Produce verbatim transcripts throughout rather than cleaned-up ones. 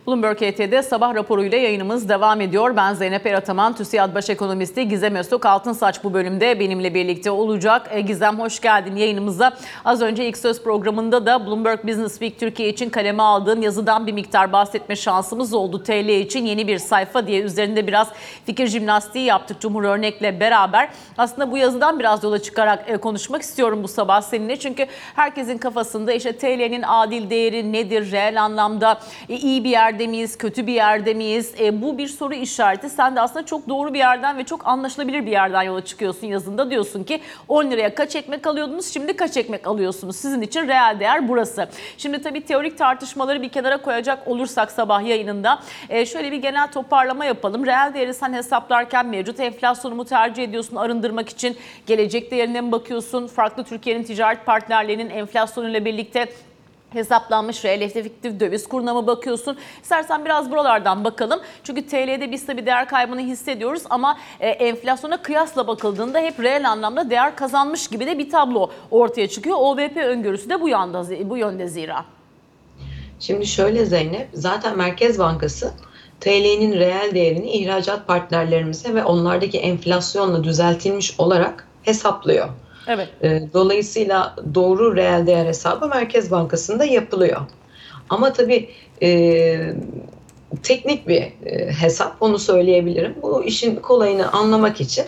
Bloomberg H T'de sabah raporuyla yayınımız devam ediyor. Ben Zeynep Erataman, TÜSİAD Baş Ekonomisti Gizem Öztok Altınsaç bu bölümde benimle birlikte olacak. E, Gizem hoş geldin yayınımıza. Az önce İlk Söz programında da Bloomberg Business Week Türkiye için kaleme aldığın yazıdan bir miktar bahsetme şansımız oldu. T L için yeni bir sayfa diye üzerinde biraz fikir jimnastiği yaptık Cumhur Örnek'le beraber. Aslında bu yazıdan biraz yola çıkarak e, konuşmak istiyorum bu sabah seninle. Çünkü herkesin kafasında işte T L'nin adil değeri nedir, reel anlamda e, iyi bir yerde miyiz, kötü bir yerde miyiz? E, bu bir soru işareti. Sen de aslında çok doğru bir yerden ve çok anlaşılabilir bir yerden yola çıkıyorsun yazında. Diyorsun ki on liraya kaç ekmek alıyordunuz, şimdi kaç ekmek alıyorsunuz? Sizin için reel değer burası. Şimdi tabii teorik tartışmaları bir kenara koyacak olursak sabah yayınında e, şöyle bir genel toparlama yapalım. Reel değeri sen hesaplarken mevcut enflasyonu mu tercih ediyorsun arındırmak için? Gelecek değerine mi bakıyorsun? Farklı Türkiye'nin ticaret partnerlerinin enflasyonuyla birlikte hesaplanmış reel efektif döviz kuruna mı bakıyorsun? İstersen biraz buralardan bakalım. Çünkü T L'de biz tabii değer kaybını hissediyoruz ama e, enflasyona kıyasla bakıldığında hep reel anlamda değer kazanmış gibi de bir tablo ortaya çıkıyor. O V P öngörüsü de bu yönde, bu yönde zira. Şimdi şöyle Zeynep, zaten Merkez Bankası T L'nin reel değerini ihracat partnerlerimize ve onlardaki enflasyonla düzeltilmiş olarak hesaplıyor. Evet. Dolayısıyla doğru reel değer hesabı Merkez Bankası'nda yapılıyor. Ama tabii e, teknik bir e, hesap, onu söyleyebilirim. Bu işin kolayını anlamak için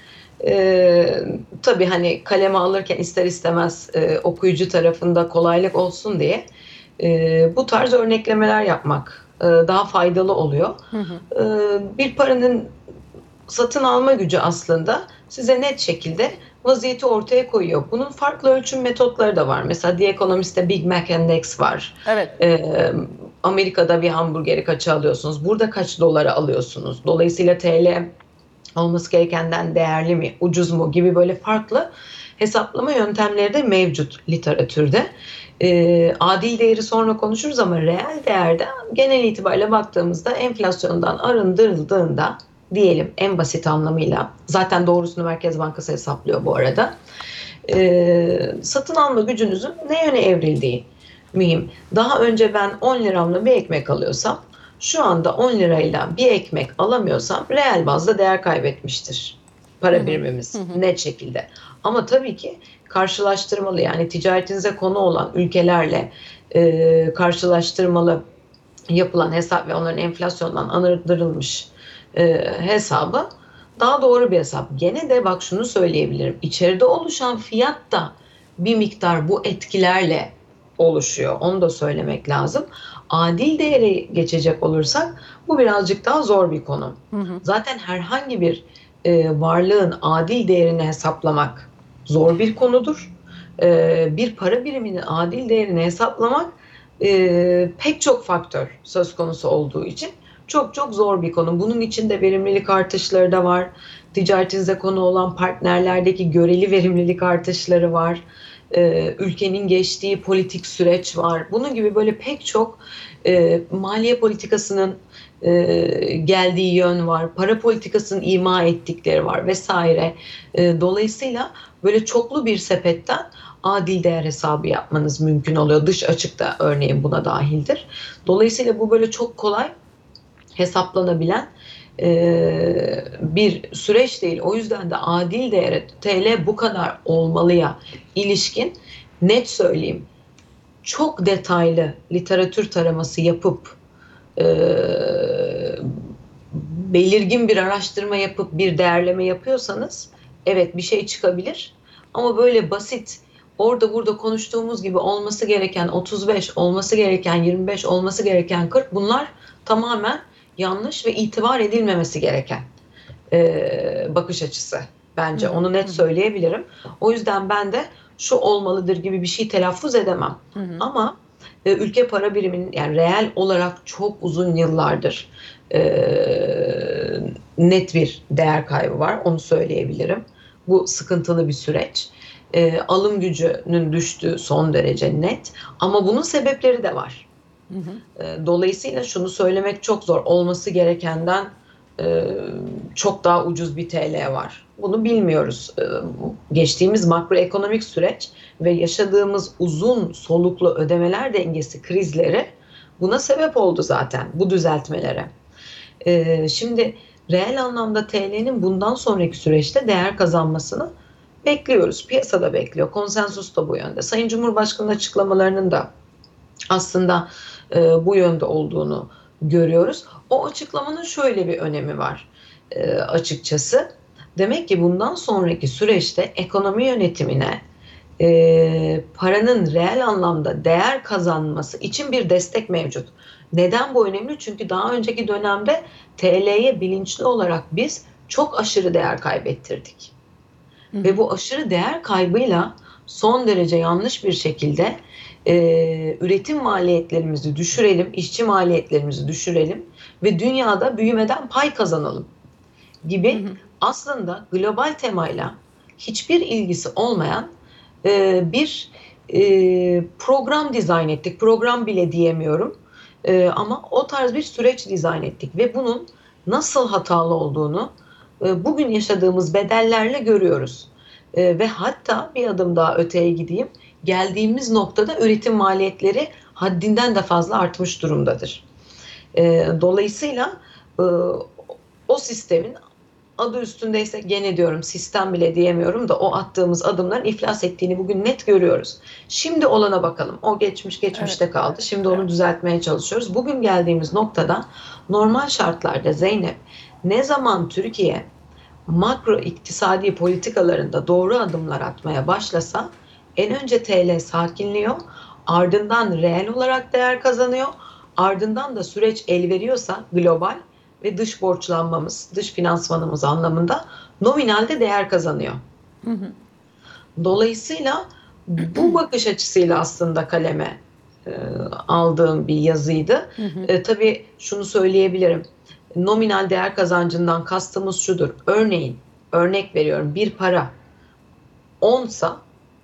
e, tabii hani kaleme alırken ister istemez e, okuyucu tarafında kolaylık olsun diye e, bu tarz örneklemeler yapmak e, daha faydalı oluyor. Hı hı. E, bir paranın satın alma gücü aslında size net şekilde vaziyeti ortaya koyuyor. Bunun farklı ölçüm metotları da var. Mesela The Economist'te Big Mac Index var. Evet. Ee, Amerika'da bir hamburgeri kaça alıyorsunuz? Burada kaç dolara alıyorsunuz? Dolayısıyla T L olması gerekenden değerli mi, ucuz mu gibi böyle farklı hesaplama yöntemleri de mevcut literatürde. Ee, adil değeri sonra konuşuruz ama reel değerde genel itibariyle baktığımızda enflasyondan arındırıldığında diyelim en basit anlamıyla, zaten doğrusunu Merkez Bankası hesaplıyor bu arada, ee, satın alma gücünüzün ne yöne evrildiği mühim. Daha önce ben on liramla bir ekmek alıyorsam şu anda on lirayla bir ekmek alamıyorsam reel bazda değer kaybetmiştir para birimimiz, hı hı, net şekilde. Ama tabii ki karşılaştırmalı, yani ticaretinize konu olan ülkelerle e, karşılaştırmalı yapılan hesap ve onların enflasyondan arındırılmış e, hesabı daha doğru bir hesap. Gene de bak şunu söyleyebilirim. İçeride oluşan fiyat da bir miktar bu etkilerle oluşuyor. Onu da söylemek lazım. Adil değeri geçecek olursak bu birazcık daha zor bir konu. Hı hı. Zaten herhangi bir e, varlığın adil değerini hesaplamak zor bir konudur. E, bir para biriminin adil değerini hesaplamak e, pek çok faktör söz konusu olduğu için çok çok zor bir konu. Bunun içinde verimlilik artışları da var. Ticaretinize konu olan partnerlerdeki göreli verimlilik artışları var. Ee, ülkenin geçtiği politik süreç var. Bunun gibi böyle pek çok e, maliye politikasının e, geldiği yön var. Para politikasının ima ettikleri var vesaire. E, dolayısıyla böyle çoklu bir sepetten adil değer hesabı yapmanız mümkün oluyor. Dış açık da örneğin buna dahildir. Dolayısıyla bu böyle çok kolay hesaplanabilen e, bir süreç değil. O yüzden de adil değere T L bu kadar olmalıya ilişkin net söyleyeyim, çok detaylı literatür taraması yapıp e, belirgin bir araştırma yapıp bir değerleme yapıyorsanız evet bir şey çıkabilir. Ama böyle basit orada burada konuştuğumuz gibi olması gereken otuz beş, olması gereken yirmi beş, olması gereken kırk, bunlar tamamen yanlış ve itibar edilmemesi gereken e, bakış açısı bence. Hı hı. Onu net söyleyebilirim. O yüzden ben de şu olmalıdır gibi bir şey telaffuz edemem. Hı hı. Ama e, ülke para biriminin yani reel olarak çok uzun yıllardır e, net bir değer kaybı var. Onu söyleyebilirim. Bu sıkıntılı bir süreç. E, alım gücünün düştüğü son derece net. Ama bunun sebepleri de var. Hı hı. Dolayısıyla şunu söylemek çok zor. Olması gerekenden e, çok daha ucuz bir T L var. Bunu bilmiyoruz. E, geçtiğimiz makroekonomik süreç ve yaşadığımız uzun soluklu ödemeler dengesi krizleri buna sebep oldu zaten, bu düzeltmelere. Ee, şimdi reel anlamda T L'nin bundan sonraki süreçte değer kazanmasını bekliyoruz. Piyasada bekliyor. Konsensus da bu yönde. Sayın Cumhurbaşkanı'nın açıklamalarının da aslında e, bu yönde olduğunu görüyoruz. O açıklamanın şöyle bir önemi var e, açıkçası. Demek ki bundan sonraki süreçte ekonomi yönetimine e, paranın reel anlamda değer kazanması için bir destek mevcut. Neden bu önemli? Çünkü daha önceki dönemde T L'ye bilinçli olarak biz çok aşırı değer kaybettirdik. Hı hı. Ve bu aşırı değer kaybıyla son derece yanlış bir şekilde e, üretim maliyetlerimizi düşürelim, işçi maliyetlerimizi düşürelim ve dünyada büyümeden pay kazanalım gibi, hı hı, aslında global temayla hiçbir ilgisi olmayan e, bir e, program dizayn ettik. Program bile diyemiyorum. E, ama o tarz bir süreç dizayn ettik ve bunun nasıl hatalı olduğunu e, bugün yaşadığımız bedellerle görüyoruz. E, ve hatta bir adım daha öteye gideyim. Geldiğimiz noktada üretim maliyetleri haddinden de fazla artmış durumdadır. E, dolayısıyla e, o sistemin adı üstündeyse, gene diyorum sistem bile diyemiyorum da, o attığımız adımların iflas ettiğini bugün net görüyoruz. Şimdi olana bakalım. O geçmiş geçmişte, evet, kaldı. Şimdi onu, evet, düzeltmeye çalışıyoruz. Bugün geldiğimiz noktada normal şartlarda Zeynep, ne zaman Türkiye makro iktisadi politikalarında doğru adımlar atmaya başlasa, en önce T L sakinliyor, ardından reel olarak değer kazanıyor, ardından da süreç el veriyorsa global ve dış borçlanmamız, dış finansmanımız anlamında nominalde değer kazanıyor. Hı hı. Dolayısıyla bu bakış açısıyla aslında kaleme e, aldığım bir yazıydı. Hı hı. E, tabii şunu söyleyebilirim. Nominal değer kazancından kastımız şudur. Örneğin, örnek veriyorum, bir para onsa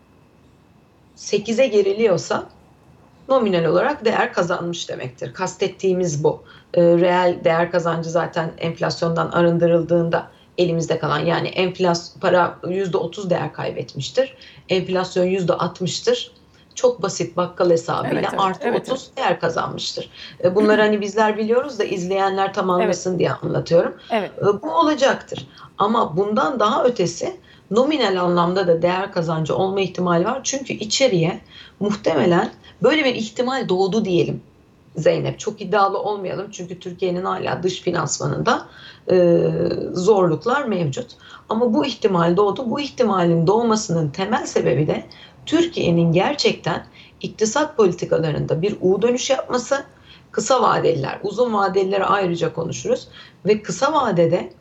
sekize geriliyorsa nominal olarak değer kazanmış demektir. Kastettiğimiz bu. E, reel değer kazancı zaten enflasyondan arındırıldığında elimizde kalan, yani enflasyon, para yüzde otuz değer kaybetmiştir. Enflasyon yüzde altmıştır. Çok basit bakkal hesabıyla, evet, evet, artı evet, otuz evet. değer kazanmıştır. E, bunları hani bizler biliyoruz da izleyenler tam anlasın, evet, diye anlatıyorum. Evet. E, bu olacaktır. Ama bundan daha ötesi nominal anlamda da değer kazancı olma ihtimali var. Çünkü içeriye muhtemelen böyle bir ihtimal doğdu diyelim Zeynep. Çok iddialı olmayalım çünkü Türkiye'nin hala dış finansmanında e, zorluklar mevcut. Ama bu ihtimal doğdu. Bu ihtimalin doğmasının temel sebebi de Türkiye'nin gerçekten iktisat politikalarında bir U dönüş yapması. Kısa vadeliler, uzun vadelileri ayrıca konuşuruz ve kısa vadede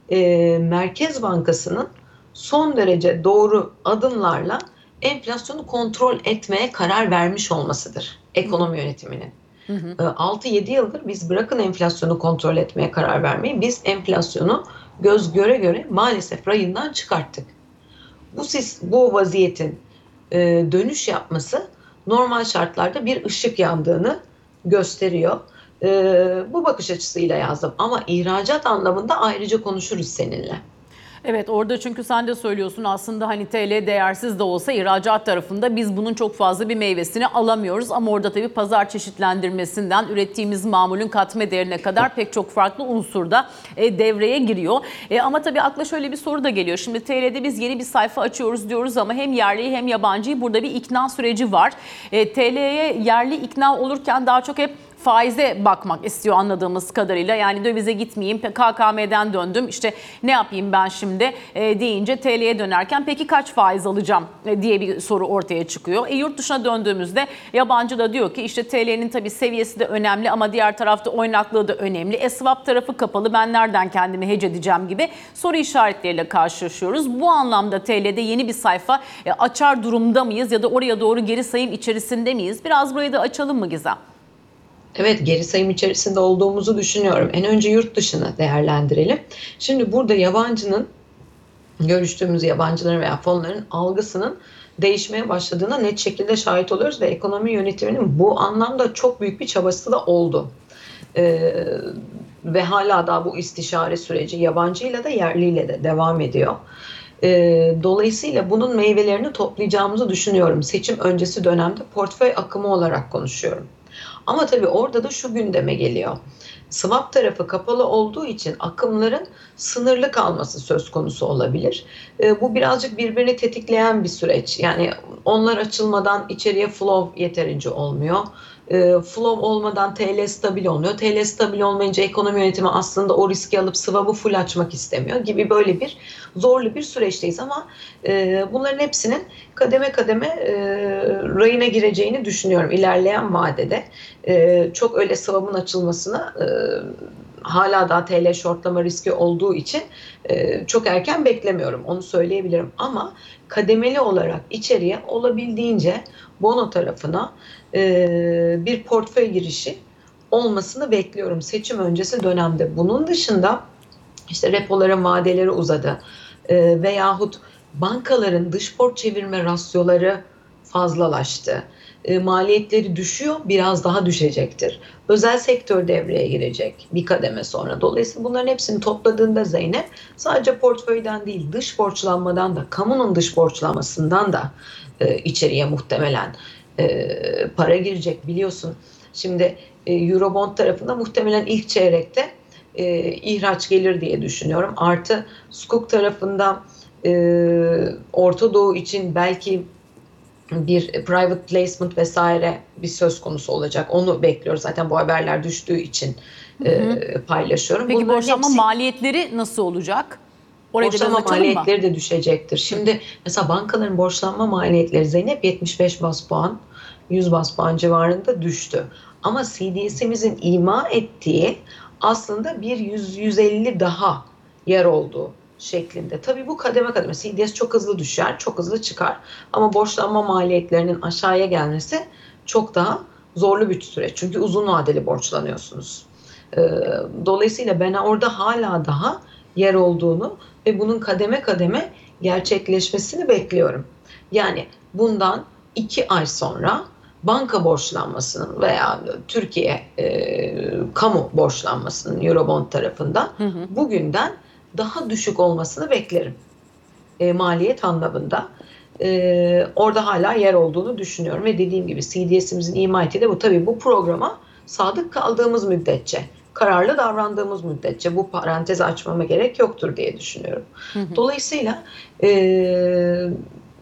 e, Merkez Bankası'nın son derece doğru adımlarla enflasyonu kontrol etmeye karar vermiş olmasıdır ekonomi yönetiminin. Hı hı. altı yedi yıldır biz bırakın enflasyonu kontrol etmeye karar vermeyi, biz enflasyonu göz göre göre maalesef rayından çıkarttık. Bu, bu vaziyetin e, dönüş yapması normal şartlarda bir ışık yandığını gösteriyor. E, bu bakış açısıyla yazdım ama ihracat anlamında ayrıca konuşuruz seninle. Evet, orada çünkü sen de söylüyorsun aslında hani T L değersiz de olsa ihracat tarafında biz bunun çok fazla bir meyvesini alamıyoruz. Ama orada tabii pazar çeşitlendirmesinden ürettiğimiz mamulün katma değerine kadar pek çok farklı unsur da e, devreye giriyor. E, ama tabii akla şöyle bir soru da geliyor. Şimdi T L'de biz yeni bir sayfa açıyoruz diyoruz ama hem yerliyi hem yabancıyı, burada bir ikna süreci var. E, T L'ye yerli ikna olurken daha çok hep faize bakmak istiyor anladığımız kadarıyla. Yani dövize gitmeyeyim, K K M'den döndüm, işte ne yapayım ben şimdi e, deyince T L'ye dönerken peki kaç faiz alacağım e, diye bir soru ortaya çıkıyor. E, yurt dışına döndüğümüzde yabancı da diyor ki işte T L'nin tabii seviyesi de önemli ama diğer tarafta oynaklığı da önemli. E, swap tarafı kapalı, ben nereden kendimi hedge edeceğim gibi soru işaretleriyle karşılaşıyoruz. Bu anlamda T L'de yeni bir sayfa e, açar durumda mıyız ya da oraya doğru geri sayım içerisinde miyiz? Biraz burayı da açalım mı Gizem? Evet, geri sayım içerisinde olduğumuzu düşünüyorum. En önce yurt dışını değerlendirelim. Şimdi burada yabancının, görüştüğümüz yabancıların veya fonların algısının değişmeye başladığına net şekilde şahit oluyoruz ve ekonomi yönetiminin bu anlamda çok büyük bir çabası da oldu. Ee, ve hala da bu istişare süreci yabancıyla da yerliyle de devam ediyor. Ee, dolayısıyla bunun meyvelerini toplayacağımızı düşünüyorum. Seçim öncesi dönemde portföy akımı olarak konuşuyorum. Ama tabii orada da şu gündeme geliyor. Swap tarafı kapalı olduğu için akımların sınırlı kalması söz konusu olabilir. E, bu birazcık birbirini tetikleyen bir süreç. Yani onlar açılmadan içeriye flow yeterince olmuyor. E, flow olmadan T L stabil olmuyor. T L stabil olmayınca ekonomi yönetimi aslında o riski alıp swap'ı full açmak istemiyor gibi böyle bir zorlu bir süreçteyiz ama e, bunların hepsinin kademe kademe e, rayına gireceğini düşünüyorum ilerleyen vadede. E, çok öyle swap'ın açılmasına e, hala daha T L shortlama riski olduğu için e, çok erken beklemiyorum. Onu söyleyebilirim. Ama kademeli olarak içeriye olabildiğince bono tarafına e, bir portföy girişi olmasını bekliyorum seçim öncesi dönemde. Bunun dışında işte repoların vadeleri uzadı e, veyahut bankaların dış borç çevirme rasyoları fazlalaştı. E, maliyetleri düşüyor, biraz daha düşecektir. Özel sektör devreye girecek bir kademe sonra. Dolayısıyla bunların hepsini topladığında Zeynep sadece portföyden değil dış borçlanmadan da kamunun dış borçlanmasından da e, içeriye muhtemelen e, para girecek biliyorsun. Şimdi e, Eurobond tarafında muhtemelen ilk çeyrekte e, ihraç gelir diye düşünüyorum. Artı Sukuk tarafında e, Orta Doğu için belki bir private placement vesaire bir söz konusu olacak. Onu bekliyoruz. Zaten bu haberler düştüğü için hı hı. e, paylaşıyorum. Peki Bunların borçlanma hepsi, maliyetleri nasıl olacak? Oraya da biraz borçlanma açalım mı? maliyetleri de düşecektir. Şimdi mesela bankaların borçlanma maliyetleri Zeynep yetmiş beş bas puan, yüz bas puan civarında düştü. Ama C D S'imizin ima ettiği aslında bir yüz yüz elli daha yer olduğu şeklinde. Tabii bu kademe kademe. C D S çok hızlı düşer, çok hızlı çıkar. Ama borçlanma maliyetlerinin aşağıya gelmesi çok daha zorlu bir süreç. Çünkü uzun vadeli borçlanıyorsunuz. Ee, Dolayısıyla ben orada hala daha yer olduğunu ve bunun kademe kademe gerçekleşmesini bekliyorum. Yani bundan iki ay sonra banka borçlanmasının veya Türkiye e, kamu borçlanmasının Eurobond tarafından Hı hı. bugünden daha düşük olmasını beklerim. E, maliyet anlamında. E, orada hala yer olduğunu düşünüyorum ve dediğim gibi C D S'imizin ima ettiği de bu. Tabii bu programa sadık kaldığımız müddetçe, kararlı davrandığımız müddetçe bu parantezi açmama gerek yoktur diye düşünüyorum. Hı hı. Dolayısıyla e,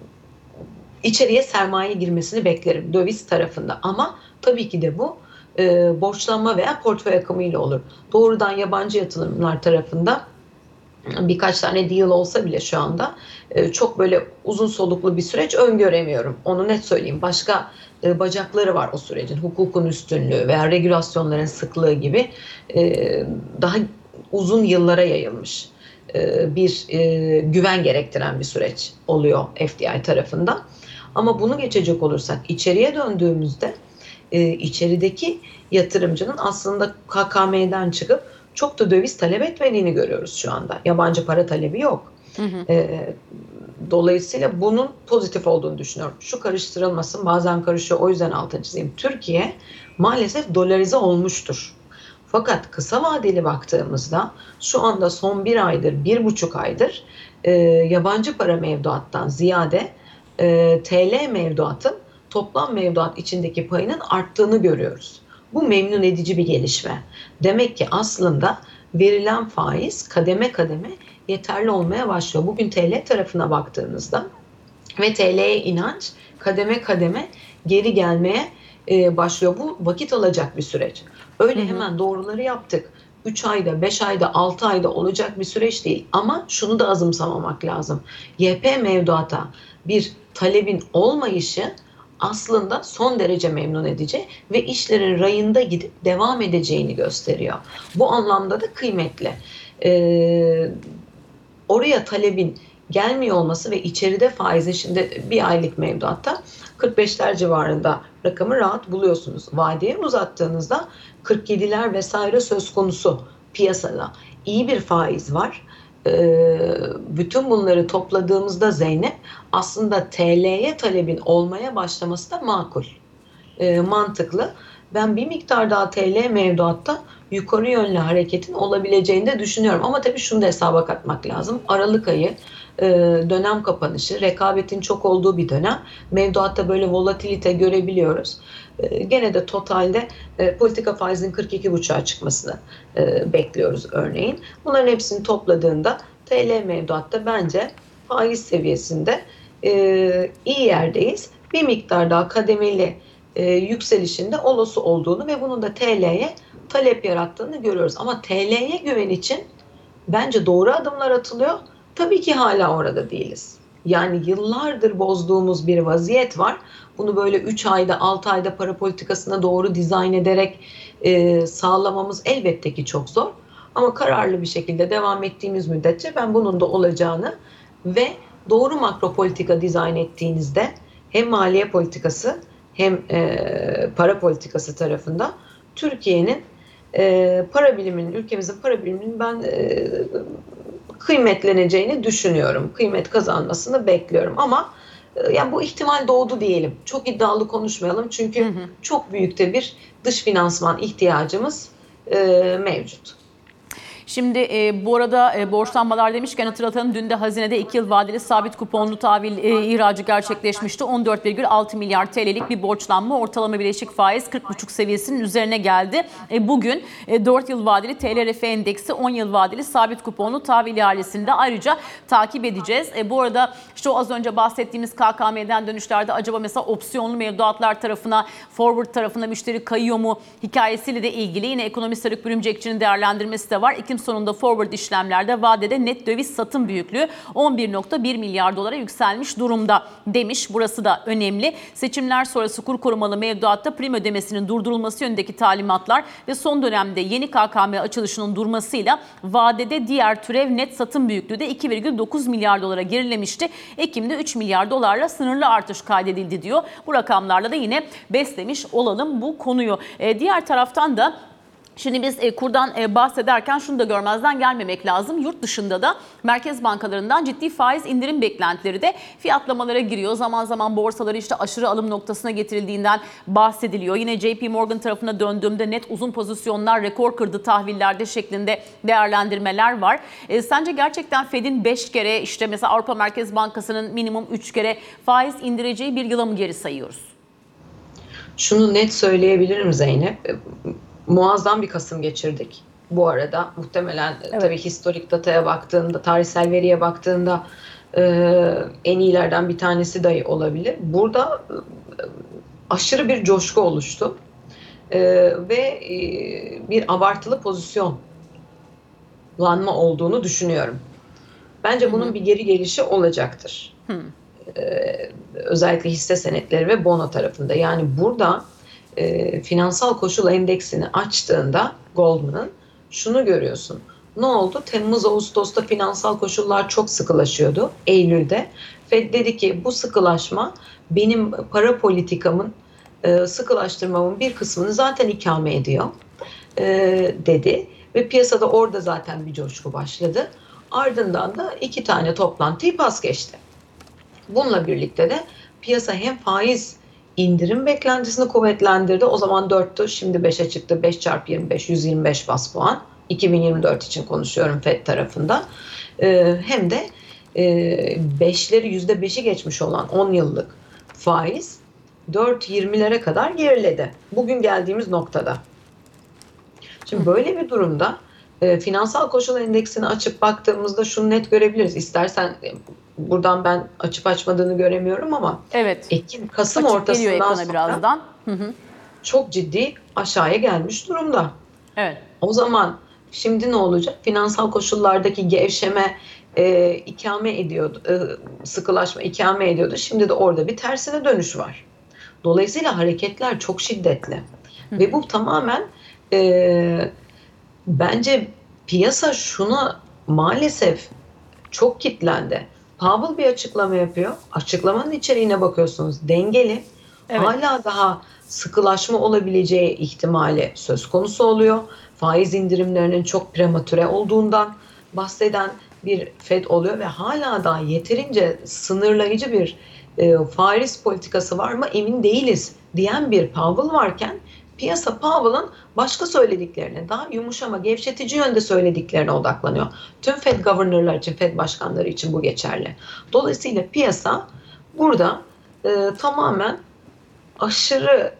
içeriye sermaye girmesini beklerim döviz tarafında ama tabii ki de bu e, borçlanma veya portföy akımıyla olur. Doğrudan yabancı yatırımlar tarafında birkaç tane deal olsa bile şu anda e, çok böyle uzun soluklu bir süreç öngöremiyorum. Onu net söyleyeyim. Başka e, bacakları var o sürecin. Hukukun üstünlüğü veya regülasyonların sıklığı gibi e, daha uzun yıllara yayılmış e, bir e, güven gerektiren bir süreç oluyor F D I tarafından. Ama bunu geçecek olursak içeriye döndüğümüzde e, içerideki yatırımcının aslında K K M'den çıkıp çok da döviz talep etmediğini görüyoruz şu anda. Yabancı para talebi yok. Hı hı. E, dolayısıyla bunun pozitif olduğunu düşünüyorum. Şu karıştırılmasın, bazen karışıyor, o yüzden altını çizeyim. Türkiye maalesef dolarize olmuştur. Fakat kısa vadeli baktığımızda şu anda son bir aydır, bir buçuk aydır e, yabancı para mevduattan ziyade e, T L mevduatın toplam mevduat içindeki payının arttığını görüyoruz. Bu memnun edici bir gelişme. Demek ki aslında verilen faiz kademe kademe yeterli olmaya başlıyor. Bugün T L tarafına baktığınızda ve T L'ye inanç kademe kademe geri gelmeye e, başlıyor. Bu vakit alacak bir süreç. Öyle hemen doğruları yaptık. üç ayda, beş ayda, altı ayda olacak bir süreç değil. Ama şunu da azımsamamak lazım. Y P mevduata bir talebin olmayışı aslında son derece memnun edici ve işlerin rayında gidip devam edeceğini gösteriyor. Bu anlamda da kıymetli. Ee, oraya talebin gelmiyor olması ve içeride faizin şimdi bir aylık mevduatta kırk beşler civarında rakamı rahat buluyorsunuz. Vadeye uzattığınızda kırk yediler vesaire söz konusu piyasada. İyi bir faiz var. Bütün bunları topladığımızda Zeynep aslında T L'ye talebin olmaya başlaması da makul, mantıklı. Ben bir miktar daha T L mevduatta yukarı yönlü hareketin olabileceğini de düşünüyorum. Ama tabii şunu da hesaba katmak lazım. Aralık ayı dönem kapanışı, rekabetin çok olduğu bir dönem. Mevduatta böyle volatilite görebiliyoruz. e, gene de totalde e, politika faizinin kırk iki buçuğa çıkmasını e, bekliyoruz örneğin. Bunların hepsini topladığında T L mevduatta bence faiz seviyesinde e, iyi yerdeyiz. Bir miktar daha kademeli e, yükselişinde olası olduğunu ve bunun da T L'ye talep yarattığını görüyoruz. Ama T L'ye güven için bence doğru adımlar atılıyor. Tabii ki hala orada değiliz. Yani yıllardır bozduğumuz bir vaziyet var. Bunu böyle üç ayda altı ayda para politikasına doğru dizayn ederek e, sağlamamız elbette ki çok zor. Ama kararlı bir şekilde devam ettiğimiz müddetçe ben bunun da olacağını ve doğru makro politika dizayn ettiğinizde hem maliye politikası hem e, para politikası tarafında Türkiye'nin e, para biriminin, ülkemizin para biriminin ben e, kıymetleneceğini düşünüyorum. Kıymet kazanmasını bekliyorum ama e, yani bu ihtimal doğdu diyelim. Çok iddialı konuşmayalım çünkü hı hı. çok büyükte bir dış finansman ihtiyacımız e, mevcut. Şimdi e, bu arada e, borçlanmalar demişken hatırlatalım, dün de hazinede iki yıl vadeli sabit kuponlu tahvil e, ihracı gerçekleşmişti. on dört virgül altı milyar T L'lik bir borçlanma, ortalama bileşik faiz kırk buçuk seviyesinin üzerine geldi. E, bugün e, dört yıl vadeli T L R F endeksi on yıl vadeli sabit kuponlu tahvil ihalesini de ayrıca takip edeceğiz. E, bu arada şu az önce bahsettiğimiz K K M'den dönüşlerde acaba mesela opsiyonlu mevduatlar tarafına, forward tarafına müşteri kayıyor mu hikayesiyle de ilgili yine ekonomist Haluk Bürümcekçi'nin değerlendirmesi de var. Ekim sonunda forward işlemlerde vadede net döviz satım büyüklüğü on bir virgül bir milyar dolara yükselmiş durumda demiş. Burası da önemli. Seçimler sonrası kur korumalı mevduatta prim ödemesinin durdurulması yönündeki talimatlar ve son dönemde yeni K K M açılışının durmasıyla vadede diğer türev net satım büyüklüğü de iki virgül dokuz milyar dolara gerilemişti. Ekim'de üç milyar dolarla sınırlı artış kaydedildi diyor. Bu rakamlarla da yine beslemiş olalım bu konuyu. Ee, diğer taraftan da şimdi biz e, kurdan e, bahsederken şunu da görmezden gelmemek lazım. Yurt dışında da merkez bankalarından ciddi faiz indirim beklentileri de fiyatlamalara giriyor. Zaman zaman borsaları işte aşırı alım noktasına getirildiğinden bahsediliyor. Yine J P Morgan tarafına döndüğümde net uzun pozisyonlar rekor kırdı tahvillerde şeklinde değerlendirmeler var. E, sence gerçekten Fed'in beş kere işte mesela Avrupa Merkez Bankası'nın minimum üç kere faiz indireceği bir yıla mı geri sayıyoruz? Şunu net söyleyebilirim Zeynep. Muazzam bir Kasım geçirdik. Bu arada muhtemelen evet. tabii historik dataya baktığında, tarihsel veriye baktığında e, en iyilerden bir tanesi dahi olabilir. Burada e, aşırı bir coşku oluştu e, ve e, bir abartılı pozisyonlanma olduğunu düşünüyorum. Bence bunun Hı-hı. bir geri gelişi olacaktır. E, özellikle hisse senetleri ve bono tarafında. Yani burada E, finansal koşul endeksini açtığında Goldman'ın şunu görüyorsun. Ne oldu? Temmuz-Ağustos'ta finansal koşullar çok sıkılaşıyordu. Eylül'de Fed dedi ki bu sıkılaşma benim para politikamın e, sıkılaştırmamın bir kısmını zaten ikame ediyor e, dedi. Ve piyasada orada zaten bir coşku başladı. Ardından da iki tane toplantıyı pas geçti. Bununla birlikte de piyasa hem faiz indirim beklentisini kuvvetlendirdi. O zaman dörttü, şimdi beşe çıktı. beş çarpı yirmi beş, yüz yirmi beş bas puan. iki bin yirmi dört için konuşuyorum Fed tarafında. Ee, hem de e, beşleri yüzde beşi geçmiş olan on yıllık faiz dört yirmilere kadar geriledi. Bugün geldiğimiz noktada. Şimdi böyle bir durumda e, finansal koşul endeksini açıp baktığımızda şunu net görebiliriz. İstersen buradan ben açıp açmadığını göremiyorum ama evet. Ekim, Kasım açık ortasından sonra birazdan. Hı hı. çok ciddi aşağıya gelmiş durumda. Evet. O zaman şimdi ne olacak? Finansal koşullardaki gevşeme e, ikame ediyordu, e, sıkılaşma ikame ediyordu. Şimdi de orada bir tersine dönüş var. Dolayısıyla hareketler çok şiddetli. Hı. Ve bu tamamen e, bence piyasa şuna maalesef çok kitlendi. Powell bir açıklama yapıyor. Açıklamanın içeriğine bakıyorsunuz. Dengeli. Evet. Hala daha sıkılaşma olabileceği ihtimali söz konusu oluyor. Faiz indirimlerinin çok prematüre olduğundan bahseden bir Fed oluyor ve hala daha yeterince sınırlayıcı bir e, faiz politikası var mı emin değiliz diyen bir Powell varken piyasa Powell'ın başka söylediklerine, daha yumuşama, gevşetici yönde söylediklerine odaklanıyor. Tüm Fed Governor'lar için, Fed başkanları için bu geçerli. Dolayısıyla piyasa burada e, tamamen aşırı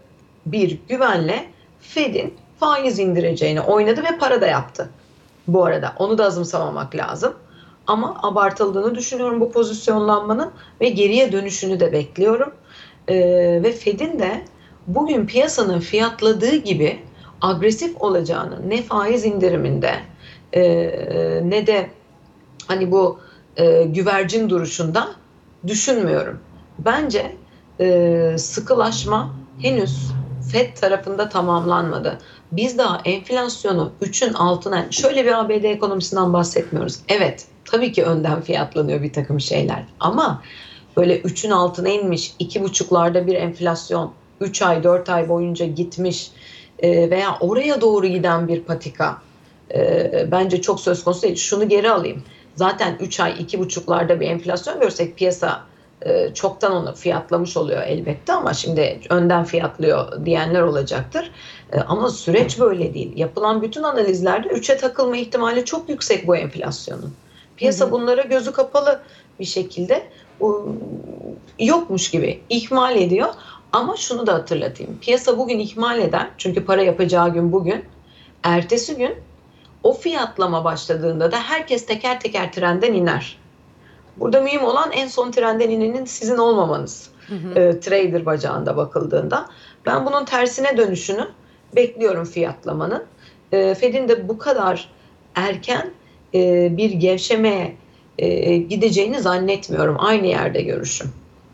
bir güvenle Fed'in faiz indireceğini oynadı ve para da yaptı. Bu arada onu da azımsamamak lazım. Ama abartıldığını düşünüyorum bu pozisyonlanmanın ve geriye dönüşünü de bekliyorum. Ee, ve Fed'in de bugün piyasanın fiyatladığı gibi agresif olacağını ne faiz indiriminde e, ne de hani bu e, güvercin duruşunda düşünmüyorum. Bence e, sıkılaşma henüz Fed tarafında tamamlanmadı. Biz daha enflasyonu üçün altına, şöyle bir A B D ekonomisinden bahsetmiyoruz. Evet, tabii ki önden fiyatlanıyor bir takım şeyler ama böyle üçün altına inmiş, iki buçuklarda bir enflasyon, üç ay, dört ay boyunca gitmiş e, veya oraya doğru giden bir patika e, bence çok söz konusu değil. Şunu geri alayım. Zaten üç ay, iki buçuklarda bir enflasyon görsek piyasa e, çoktan onu fiyatlamış oluyor elbette ama şimdi önden fiyatlıyor diyenler olacaktır. E, ama süreç böyle değil. Yapılan bütün analizlerde üçe takılma ihtimali çok yüksek bu enflasyonun. Piyasa hı hı. bunlara gözü kapalı bir şekilde bu, yokmuş gibi ihmal ediyor. Ama şunu da hatırlatayım. Piyasa bugün ihmal eder. Çünkü para yapacağı gün bugün. Ertesi gün o fiyatlama başladığında da herkes teker teker trenden iner. Burada mühim olan en son trenden inenin sizin olmamanız. Hı hı. E, trader bacağında bakıldığında. Ben bunun tersine dönüşünü bekliyorum fiyatlamanın. E, Fed'in de bu kadar erken e, bir gevşemeye e, gideceğini zannetmiyorum. Aynı yerde görüşüm.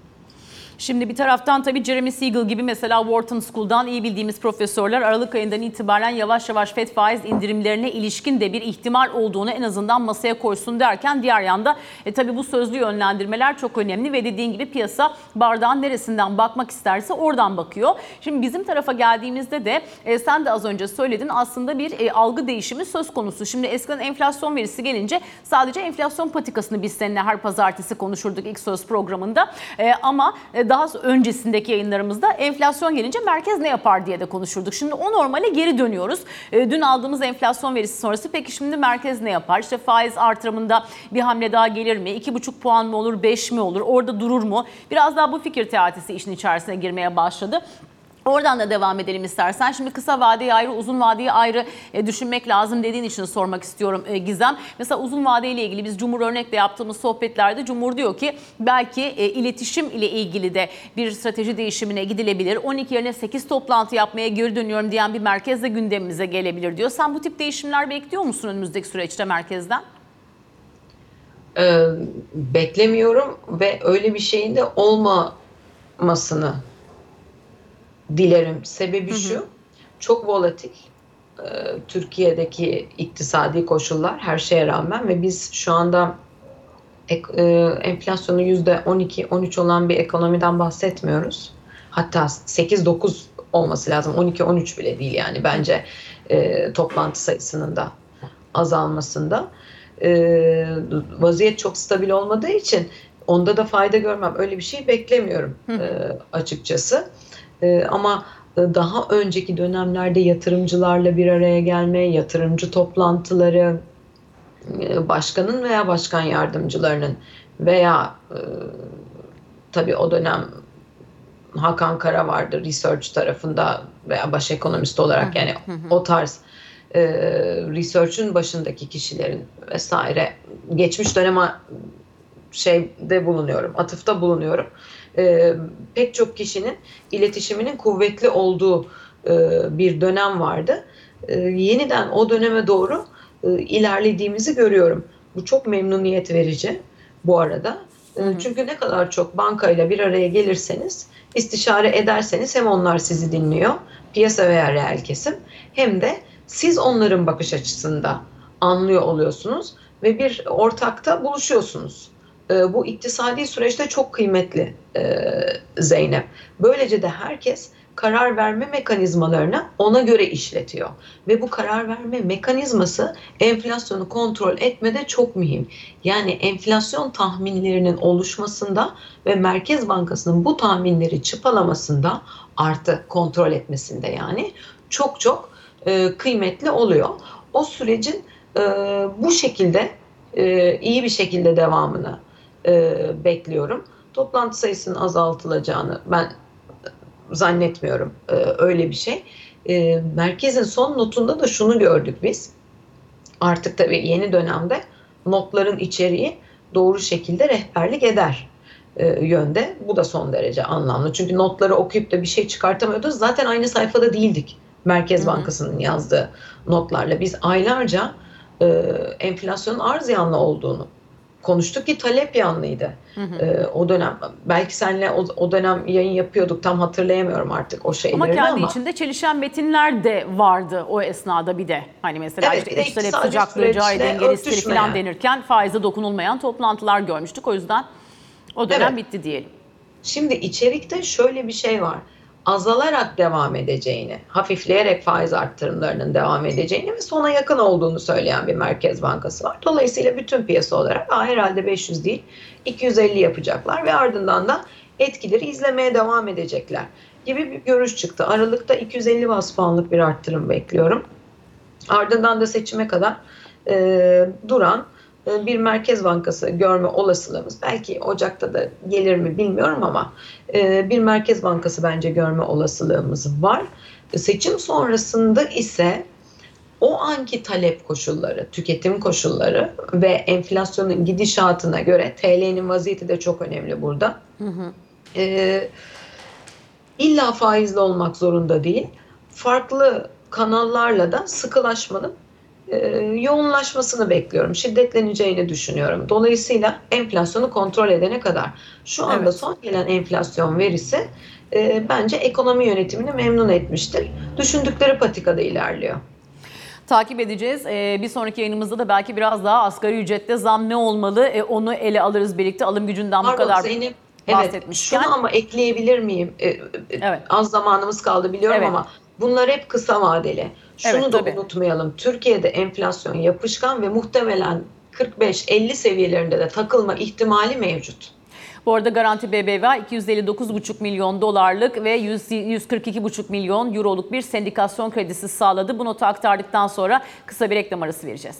Şimdi bir taraftan tabii Jeremy Siegel gibi mesela Wharton School'dan iyi bildiğimiz profesörler Aralık ayından itibaren yavaş yavaş Fed faiz indirimlerine ilişkin de bir ihtimal olduğunu en azından masaya koysun derken diğer yanda e, tabii bu sözlü yönlendirmeler çok önemli ve dediğin gibi piyasa bardağın neresinden bakmak isterse oradan bakıyor. Şimdi bizim tarafa geldiğimizde de e, sen de az önce söyledin aslında bir e, algı değişimi söz konusu. Şimdi eskiden enflasyon verisi gelince sadece enflasyon patikasını biz seninle her pazartesi konuşurduk ilk söz programında e, ama e, daha öncesindeki yayınlarımızda enflasyon gelince merkez ne yapar diye de konuşurduk. Şimdi o normale geri dönüyoruz. E, dün aldığımız enflasyon verisi sonrası peki şimdi merkez ne yapar? İşte faiz artırımında bir hamle daha gelir mi? iki buçuk puan mı olur, beş mi olur? Orada durur mu? Biraz daha bu fikir teatisi işin içerisine girmeye başladı. Oradan da devam edelim istersen. Şimdi kısa vadeyi ayrı, uzun vadeyi ayrı e, düşünmek lazım dediğin için sormak istiyorum e, Gizem. Mesela uzun vadeyle ilgili biz Cumhur Örnek'le yaptığımız sohbetlerde Cumhur diyor ki belki e, iletişim ile ilgili de bir strateji değişimine gidilebilir. on iki yerine sekiz toplantı yapmaya geri dönüyorum diyen bir merkez de gündemimize gelebilir diyor. Sen bu tip değişimler bekliyor musun önümüzdeki süreçte merkezden? Ee, beklemiyorum ve öyle bir şeyin de olmamasını dilerim. Sebebi hı hı. şu, çok volatil e, Türkiye'deki iktisadi koşullar her şeye rağmen ve biz şu anda ek, e, enflasyonu yüzde on iki on üç olan bir ekonomiden bahsetmiyoruz. Hatta sekiz dokuz olması lazım. on iki on üç bile değil yani bence e, toplantı sayısının da azalmasında. E, vaziyet çok stabil olmadığı için onda da fayda görmem. Öyle bir şey beklemiyorum e, açıkçası. Ee, ama daha önceki dönemlerde yatırımcılarla bir araya gelme, yatırımcı toplantıları, başkanın veya başkan yardımcılarının veya e, tabii o dönem Hakan Kara vardı research tarafında veya baş ekonomist olarak yani o tarz e, research'ün başındaki kişilerin vesaire geçmiş döneme şeyde bulunuyorum, atıfta bulunuyorum. E, pek çok kişinin iletişiminin kuvvetli olduğu e, bir dönem vardı. E, yeniden o döneme doğru e, ilerlediğimizi görüyorum. Bu çok memnuniyet verici bu arada. E, çünkü ne kadar çok bankayla bir araya gelirseniz, istişare ederseniz hem onlar sizi dinliyor, piyasa veya reel kesim, hem de siz onların bakış açısında anlıyor oluyorsunuz ve bir ortakta buluşuyorsunuz. Bu iktisadi süreçte çok kıymetli Zeynep. Böylece de herkes karar verme mekanizmalarını ona göre işletiyor. Ve bu karar verme mekanizması enflasyonu kontrol etmede çok mühim. Yani enflasyon tahminlerinin oluşmasında ve Merkez Bankası'nın bu tahminleri çıpalamasında artı kontrol etmesinde yani çok çok kıymetli oluyor. O sürecin bu şekilde iyi bir şekilde devamını E, bekliyorum. Toplantı sayısının azaltılacağını ben zannetmiyorum e, öyle bir şey. E, merkezin son notunda da şunu gördük biz. Artık tabii yeni dönemde notların içeriği doğru şekilde rehberlik eder e, yönde. Bu da son derece anlamlı. Çünkü notları okuyup da bir şey çıkartamıyorduk. Zaten aynı sayfada değildik Merkez Bankası'nın yazdığı notlarla. Biz aylarca e, enflasyonun arz yanlı olduğunu konuştuk ki talep yanlıydı. Hı hı. E, o dönem belki seninle o, o dönem yayın yapıyorduk, tam hatırlayamıyorum artık o şeyleri ama. Ama kendi ama. içinde çelişen metinler de vardı o esnada bir de. Hani mesela evet, işte iç talep sıcaklığı, cari denge riskleri falan denirken faize dokunulmayan toplantılar görmüştük. O yüzden o dönem evet. bitti diyelim. Şimdi içerikte şöyle bir şey var. Azalarak devam edeceğini, hafifleyerek faiz arttırımlarının devam edeceğini ve sona yakın olduğunu söyleyen bir Merkez Bankası var. Dolayısıyla bütün piyasa olarak Aa, herhalde beş yüz değil iki yüz elli yapacaklar ve ardından da etkileri izlemeye devam edecekler gibi bir görüş çıktı. Aralıkta iki yüz elli bas puanlık bir arttırım bekliyorum. Ardından da seçime kadar e, duran bir Merkez Bankası görme olasılığımız, belki Ocak'ta da gelir mi bilmiyorum ama bir Merkez Bankası bence görme olasılığımız var. Seçim sonrasında ise o anki talep koşulları, tüketim koşulları ve enflasyonun gidişatına göre T L'nin vaziyeti de çok önemli burada. Hı hı. Ee, illa faizli olmak zorunda değil. Farklı kanallarla da sıkılaşmanın e, yoğunlaşmasını bekliyorum. Şiddetleneceğini düşünüyorum. Dolayısıyla enflasyonu kontrol edene kadar şu anda evet. son gelen enflasyon verisi e, bence ekonomi yönetimini memnun etmiştir. Düşündükleri patikada ilerliyor. Takip edeceğiz. Ee, bir sonraki yayınımızda da belki biraz daha asgari ücrette zam ne olmalı? Ee, onu ele alırız birlikte. Alım gücünden Pardon, bu kadar Zeynep, bahsetmişken. Evet, şunu ama ekleyebilir miyim? Ee, evet. Az zamanımız kaldı biliyorum evet. ama bunlar hep kısa vadeli. Şunu evet, da tabii. unutmayalım. Türkiye'de enflasyon yapışkan ve muhtemelen kırk beş elli seviyelerinde de takılma ihtimali mevcut. Bu arada Garanti B B V A iki yüz elli dokuz buçuk milyon dolarlık ve yüz kırk iki buçuk milyon euroluk bir sendikasyon kredisi sağladı. Bu notu aktardıktan sonra kısa bir reklam arası vereceğiz.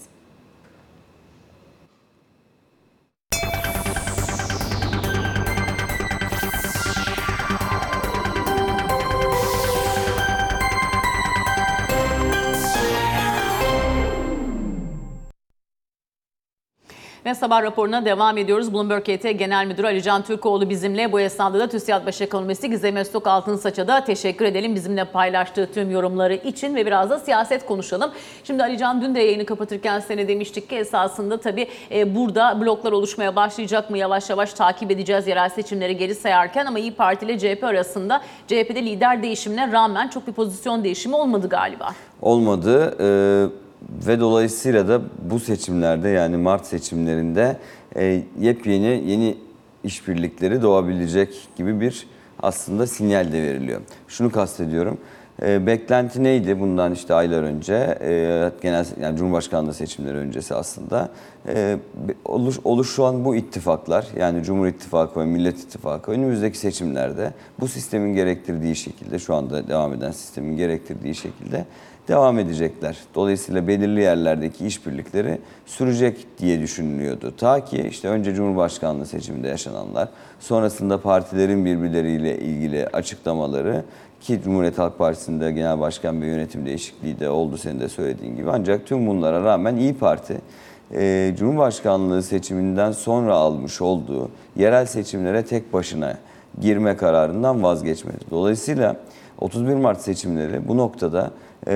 Ve sabah raporuna devam ediyoruz. Bloomberg K T Genel Müdürü Ali Can Türkoğlu bizimle. Bu esnada da TÜSİAD Baş Ekonomisti Gizem Öztok Altınsaç'a da teşekkür edelim bizimle paylaştığı tüm yorumları için ve biraz da siyaset konuşalım. Şimdi Ali Can, dün de yayını kapatırken sene demiştik ki esasında tabii e, burada bloklar oluşmaya başlayacak mı? Yavaş yavaş takip edeceğiz yerel seçimleri geri sayarken, ama İYİ Parti ile C H P arasında C H P'de lider değişimine rağmen çok bir pozisyon değişimi olmadı galiba. Olmadı. Ee... Ve dolayısıyla da bu seçimlerde, yani Mart seçimlerinde e, yepyeni yeni işbirlikleri doğabilecek gibi bir aslında sinyal de veriliyor. Şunu kastediyorum. E, beklenti neydi bundan işte aylar önce? E, genel yani Cumhurbaşkanlığı seçimleri öncesi aslında e, oluş, oluşan bu ittifaklar, yani Cumhur İttifakı ve Millet İttifakı önümüzdeki seçimlerde bu sistemin gerektirdiği şekilde, şu anda devam eden sistemin gerektirdiği şekilde devam edecekler. Dolayısıyla belirli yerlerdeki işbirlikleri sürecek diye düşünülüyordu. Ta ki işte önce Cumhurbaşkanlığı seçiminde yaşananlar, sonrasında partilerin birbirleriyle ilgili açıklamaları, ki Cumhuriyet Halk Partisi'nde genel başkan ve yönetim değişikliği de oldu senin de söylediğin gibi. Ancak tüm bunlara rağmen İYİ Parti e, Cumhurbaşkanlığı seçiminden sonra almış olduğu yerel seçimlere tek başına girme kararından vazgeçmedi. Dolayısıyla otuz bir Mart seçimleri bu noktada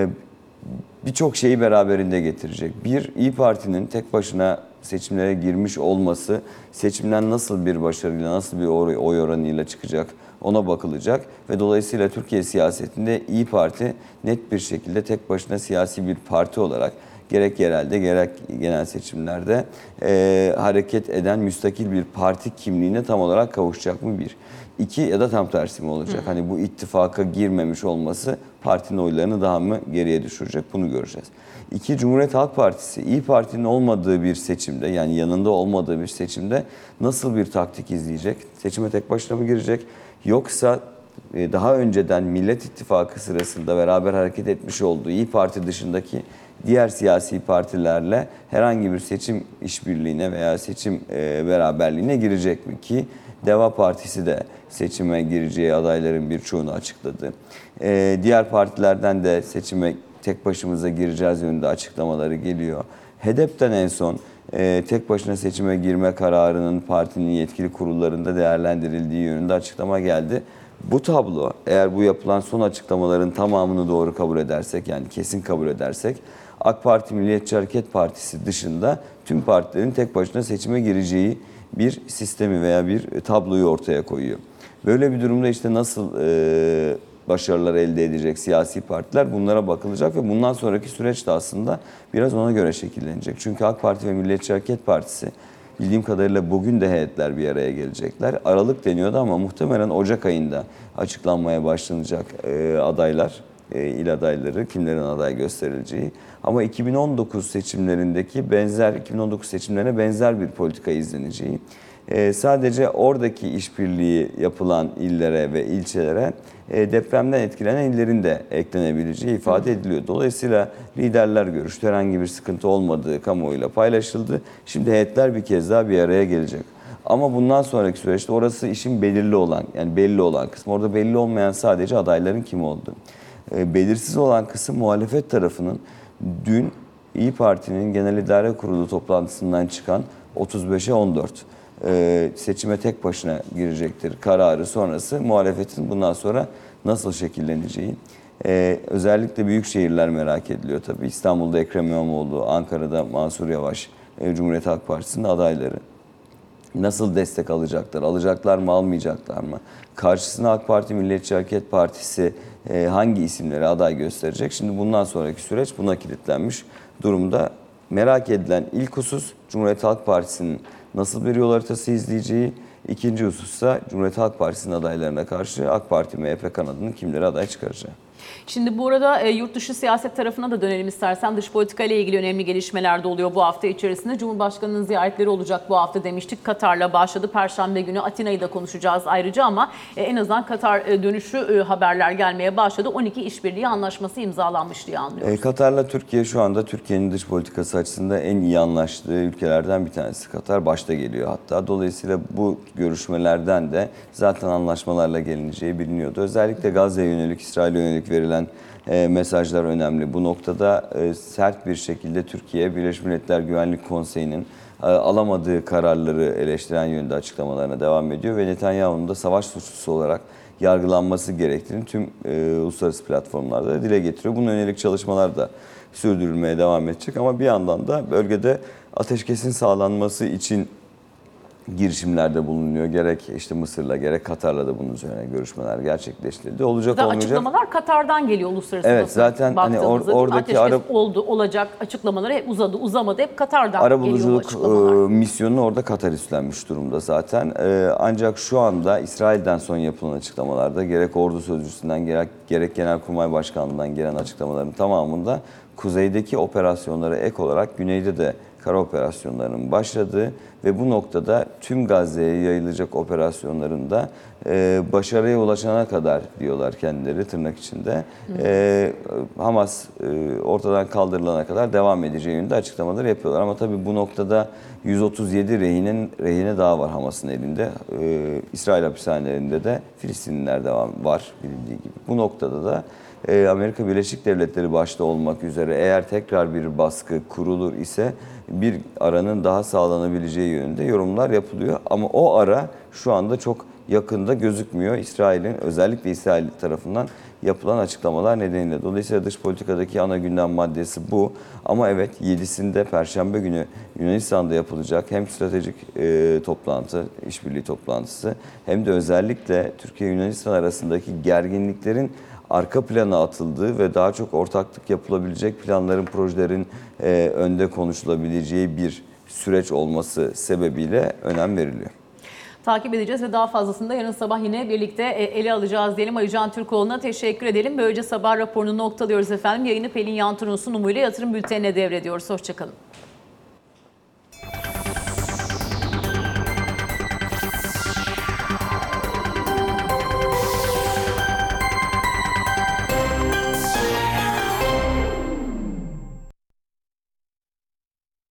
birçok şeyi beraberinde getirecek. Bir, İYİ Parti'nin tek başına seçimlere girmiş olması seçimden nasıl bir başarıyla, nasıl bir oy oranıyla çıkacak ona bakılacak. Ve dolayısıyla Türkiye siyasetinde İYİ Parti net bir şekilde tek başına siyasi bir parti olarak gerek yerelde gerek genel seçimlerde e, hareket eden müstakil bir parti kimliğine tam olarak kavuşacak mı bir? İki, ya da tam tersi mi olacak? Hı. Hani bu ittifaka girmemiş olması partinin oylarını daha mı geriye düşürecek? Bunu göreceğiz. İki, Cumhuriyet Halk Partisi İYİ Parti'nin olmadığı bir seçimde, yani yanında olmadığı bir seçimde nasıl bir taktik izleyecek? Seçime tek başına mı girecek? Yoksa daha önceden Millet İttifakı sırasında beraber hareket etmiş olduğu İYİ Parti dışındaki diğer siyasi partilerle herhangi bir seçim işbirliğine veya seçim e, beraberliğine girecek mi ki Deva Partisi de seçime gireceği adayların birçoğunu açıkladı. E, diğer partilerden de seçime tek başımıza gireceğiz yönünde açıklamaları geliyor. H D P'ten en son e, tek başına seçime girme kararının partinin yetkili kurullarında değerlendirildiği yönünde açıklama geldi. Bu tablo, eğer bu yapılan son açıklamaların tamamını doğru kabul edersek, yani kesin kabul edersek, AK Parti Milliyetçi Hareket Partisi dışında tüm partilerin tek başına seçime gireceği bir sistemi veya bir tabloyu ortaya koyuyor. Böyle bir durumda işte nasıl e, başarılar elde edecek siyasi partiler, bunlara bakılacak ve bundan sonraki süreç de aslında biraz ona göre şekillenecek. Çünkü AK Parti ve Milliyetçi Hareket Partisi bildiğim kadarıyla bugün de heyetler bir araya gelecekler. Aralık deniyordu ama muhtemelen Ocak ayında açıklanmaya başlanacak e, adaylar, e, il adayları, kimlerin aday gösterileceği. Ama iki bin on dokuz seçimlerindeki benzer, iki bin on dokuz seçimlerine benzer bir politika izleneceği. E, sadece oradaki işbirliği yapılan illere ve ilçelere e, depremden etkilenen illerin de eklenebileceği ifade ediliyor. Dolayısıyla liderler görüştü, herhangi bir sıkıntı olmadığı kamuoyuyla paylaşıldı. Şimdi heyetler bir kez daha bir araya gelecek. Ama bundan sonraki süreçte orası işin belirli olan, yani belli olan kısmı. Orada belli olmayan sadece adayların kim olduğu. E, belirsiz olan kısım muhalefet tarafının dün İYİ Parti'nin Genel İdare Kurulu toplantısından çıkan otuz beşe on dört e, seçime tek başına girecektir kararı sonrası muhalefetin bundan sonra nasıl şekilleneceği. E, özellikle büyük şehirler merak ediliyor tabii. İstanbul'da Ekrem İmamoğlu, Ankara'da Mansur Yavaş, e, Cumhuriyet Halk Partisi'nin adayları. Nasıl destek alacaklar? Alacaklar mı, almayacaklar mı? Karşısına AK Parti, Milliyetçi Hareket Partisi e, hangi isimleri aday gösterecek? Şimdi bundan sonraki süreç buna kilitlenmiş durumda. Merak edilen ilk husus Cumhuriyet Halk Partisi'nin nasıl bir yol haritası izleyeceği. İkinci husussa Cumhuriyet Halk Partisi'nin adaylarına karşı AK Parti M H P kanadının kimleri aday çıkaracağı. Şimdi bu arada e, yurt dışı siyaset tarafına da dönelim istersen. Dış politika ile ilgili önemli gelişmeler de oluyor bu hafta içerisinde. Cumhurbaşkanı'nın ziyaretleri olacak bu hafta demiştik. Katar'la başladı. Perşembe günü Atina'yı da konuşacağız ayrıca ama e, en azından Katar e, dönüşü e, haberler gelmeye başladı. on iki işbirliği anlaşması imzalanmış diye anlıyoruz. E, Katar'la Türkiye şu anda Türkiye'nin dış politikası açısından en iyi anlaştığı ülkelerden bir tanesi. Katar başta geliyor hatta. Dolayısıyla bu görüşmelerden de zaten anlaşmalarla gelineceği biliniyordu. Özellikle Gazze'ye yönelik, İsrail'e yönelik verilen e, mesajlar önemli. Bu noktada e, sert bir şekilde Türkiye, Birleşmiş Milletler Güvenlik Konseyi'nin e, alamadığı kararları eleştiren yönde açıklamalarına devam ediyor ve Netanyahu'nun da savaş suçlusu olarak yargılanması gerektiğini tüm e, uluslararası platformlarda da dile getiriyor. Buna yönelik çalışmalar da sürdürülmeye devam edecek ama bir yandan da bölgede ateşkesin sağlanması için girişimlerde bulunuyor. Gerek işte Mısır'la gerek Katar'la da bunun üzerine görüşmeler gerçekleştirildi. Olacak da olmayacak. Açıklamalar Katar'dan geliyor uluslararası. Evet, zaten hani or- oradaki ateşkes Arap oldu olacak açıklamaları hep uzadı uzamadı hep Katar'dan Arabuluculuk geliyor bu açıklamalar. e, misyonunu orada Katar üstlenmiş durumda zaten. E, ancak şu anda İsrail'den son yapılan açıklamalarda gerek ordu sözcüsünden gerek, gerek Genelkurmay Başkanlığı'ndan gelen açıklamaların tamamında kuzeydeki operasyonlara ek olarak güneyde de kara operasyonlarının başladığı ve bu noktada tüm Gazze'ye yayılacak operasyonların da e, başarıya ulaşana kadar diyorlar kendileri tırnak içinde e, Hamas e, ortadan kaldırılana kadar devam edeceği yönünde açıklamaları yapıyorlar. Ama tabii bu noktada yüz otuz yedi rehinin, rehine daha var Hamas'ın elinde. E, İsrail hapishanelerinde de Filistinliler de var bilindiği gibi. Bu noktada da Amerika Birleşik Devletleri başta olmak üzere eğer tekrar bir baskı kurulur ise bir aranın daha sağlanabileceği yönünde yorumlar yapılıyor. Ama o ara şu anda çok yakında gözükmüyor İsrail'in, özellikle İsrail tarafından yapılan açıklamalar nedeniyle. Dolayısıyla dış politikadaki ana gündem maddesi bu. Ama evet yedisinde Perşembe günü Yunanistan'da yapılacak hem stratejik e, toplantı, işbirliği toplantısı hem de özellikle Türkiye-Yunanistan arasındaki gerginliklerin arka plana atıldığı ve daha çok ortaklık yapılabilecek planların, projelerin e, önde konuşulabileceği bir süreç olması sebebiyle önem veriliyor. Takip edeceğiz ve daha fazlasını da yarın sabah yine birlikte ele alacağız diyelim. Aycan Türkoğlu'na teşekkür edelim. Böylece sabah raporunu noktalıyoruz efendim. Yayını Pelin Yantur'un sunumuyla Yatırım Bülteni'ne devrediyoruz. Hoşçakalın.